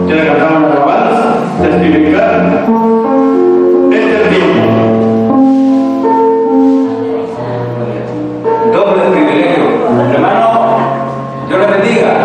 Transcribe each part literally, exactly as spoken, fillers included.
Ya cantamos la alabanza, testificar. Este es el tiempo. Doble privilegio. Hermano, Dios le bendiga.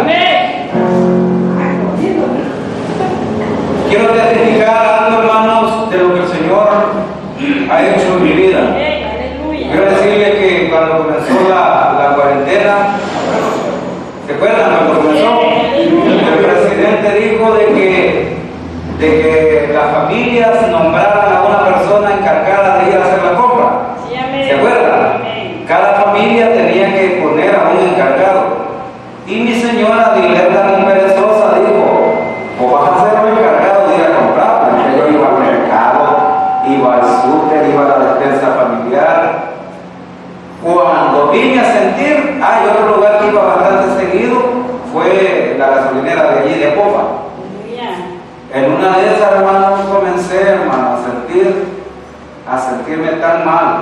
Quiero testificar algo, hermanos, de lo que el Señor ha hecho en mi vida. Quiero decirle que cuando comenzó la, la cuarentena, ¿se acuerdan cuando comenzó? El presidente dijo de que, de que las familias nombraran a una persona encargada de ir a hacer la compra. ¿Se acuerdan? Cada familia tenía que poner a un encargado. Y mi señora, Dilerda muy perezosa, dijo: o vas a ser un encargado de ir a comprar. Porque yo iba al mercado, iba al súper, iba a la despensa familiar. Cuando vine a sentir, hay otro lugar que iba bastante seguido, fue la gasolinera de allí de Popa. En una de esas, hermanos, comencé, hermano, a sentir, a sentirme tan mal.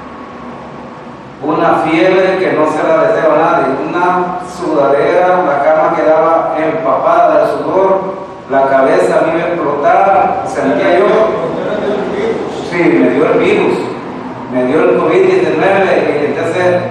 Una fiebre que no se la deseo a nadie, una sudadera, la cama quedaba empapada de sudor, la cabeza a mí me explotaba, sentía yo, sí, me dio el virus, me dio el COVID diecinueve, y entonces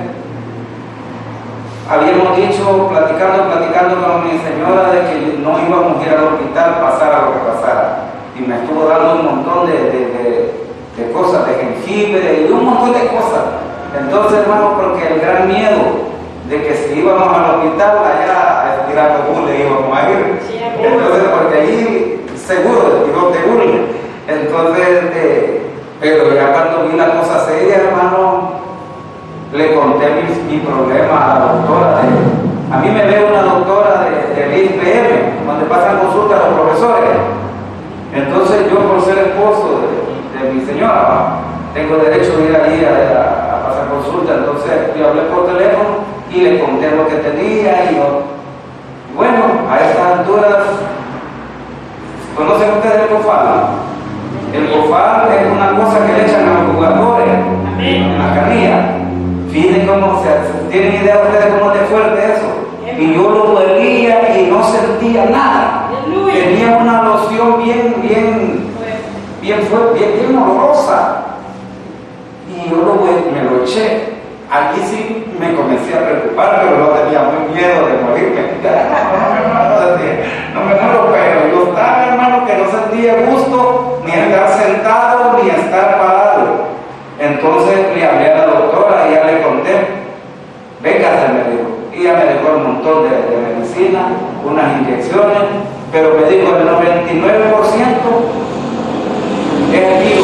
habíamos dicho, platicando, platicando con mi señora, de que no íbamos a ir al hospital, pasara lo que pasara, y me estuvo dando un montón de, de, de, de cosas, de jengibre y un montón de cosas. Entonces, hermano, porque el gran miedo de que si íbamos al hospital, allá a estirar los bules íbamos a ir. Sí, entonces, porque allí seguro, digo seguro. Entonces, eh, pero ya cuando vi la cosa seria, hermano, le conté mi, mi problema a la doctora. De, a mí me ve una doctora de, de I P M, donde pasan consulta a los profesores. Entonces, yo por ser esposo de, de mi señora, tengo derecho de ir allí a, a, a pasar consulta. Entonces yo hablé por teléfono y le conté lo que tenía y yo, bueno, a estas alturas, ¿conocen ustedes el COFAL? El COFAL es una cosa que le echan a los jugadores en la canilla. Fíjense cómo se, ¿tienen idea ustedes cómo es de fuerte eso? Y yo lo huelía y no sentía nada. Tenía una loción bien, bien, bien fuerte, bien, bien olorosa. Y yo lo, me lo eché. Aquí sí me comencé a preocupar, pero no tenía muy miedo de morirme. No me muero, pero yo estaba, hermano, que no sentía gusto ni estar sentado ni estar parado. Entonces le hablé a la doctora y ya le conté. Véngase, me dijo. Y ella me dejó un montón de, de medicina, unas inyecciones, pero me dijo el noventa y nueve por ciento es vivo.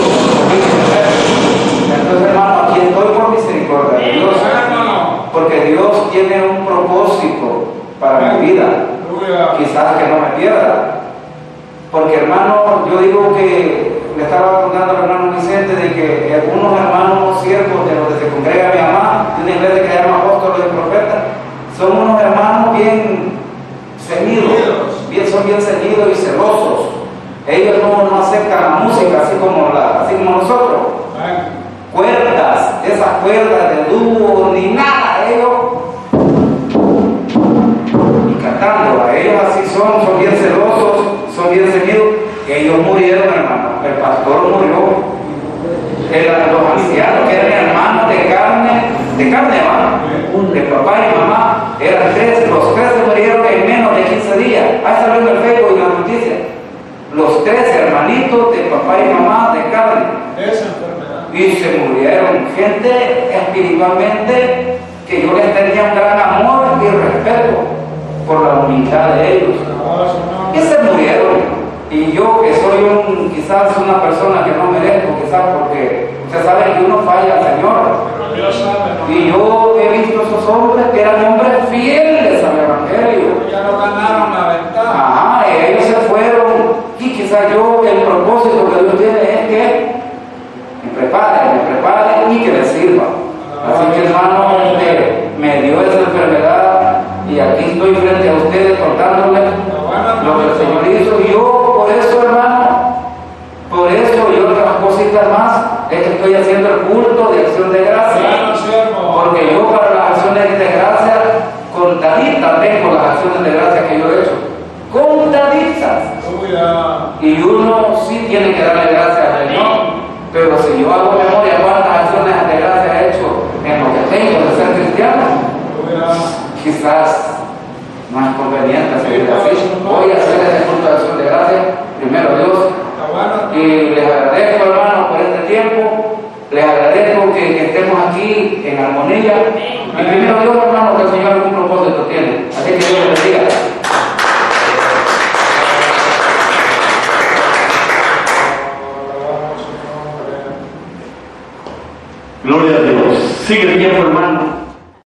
Entonces, hermano, aquí estoy por misericordia de Dios, porque Dios tiene un propósito para mi vida, quizás que no me pierda, porque, hermano, yo digo que le estaba contando al hermano Vicente de que algunos hermanos siervos de los que se congrega mi mamá, de una iglesia que se llama Apóstoles y Profetas, son unos hermanos bien ceñidos, bien, son bien ceñidos y celosos. Ellos no, no aceptan la música así como, la, así como nosotros. Cuerdas, esas cuerdas de dúo, ni nada, ellos y cantando, ellos así son, son bien celosos, son bien ceñidos. Ellos murieron, hermano, el pastor murió, eran los ancianos que eran hermanos de carne, de carne, hermano, de papá y mamá, eran tres, los tres se murieron en menos de quince días. Ahí salió en el Facebook y la noticia, los tres hermanitos de papá y mamá de carne. Esa enfermedad. Y se murieron, gente espiritualmente que yo les tenía un gran amor y respeto por la humildad de ellos. Y se murieron. Y yo, que soy un, quizás una persona que no merezco, quizás porque usted sabe que uno falla al Señor. Y yo he visto esos hombres que eran hombres fieles al Evangelio. Ya no ganaron la ventaja. Ajá, ellos se fueron. Y quizás yo, el propósito que Dios tiene es que me prepare, me prepare y que le sirva. Así que, hermano, este, me dio esa enfermedad y aquí estoy frente a ustedes contándole lo que el Señor hizo. Y yo, por eso, hermano, por eso y otras cositas más, es que estoy haciendo el culto de acción de gracia. Porque yo, para las acciones de gracia, contaditas tengo las acciones de gracia que yo he hecho. Contaditas. Y uno sí tiene que darle gracias al Señor, pero si yo hago memoria cuántas acciones de gracias he hecho en lo que tengo de ser cristiano, quizás no es conveniente seguir así. Voy a hacer ese culto de acción de gracias, primero a Dios, y les agradezco, hermanos, por este tiempo. Les agradezco que, que estemos aquí en armonía. Y primero Dios, hermano, que el Señor algún propósito tiene. Así que Dios les bendiga. Gloria a Dios. Sigue el tiempo, hermano.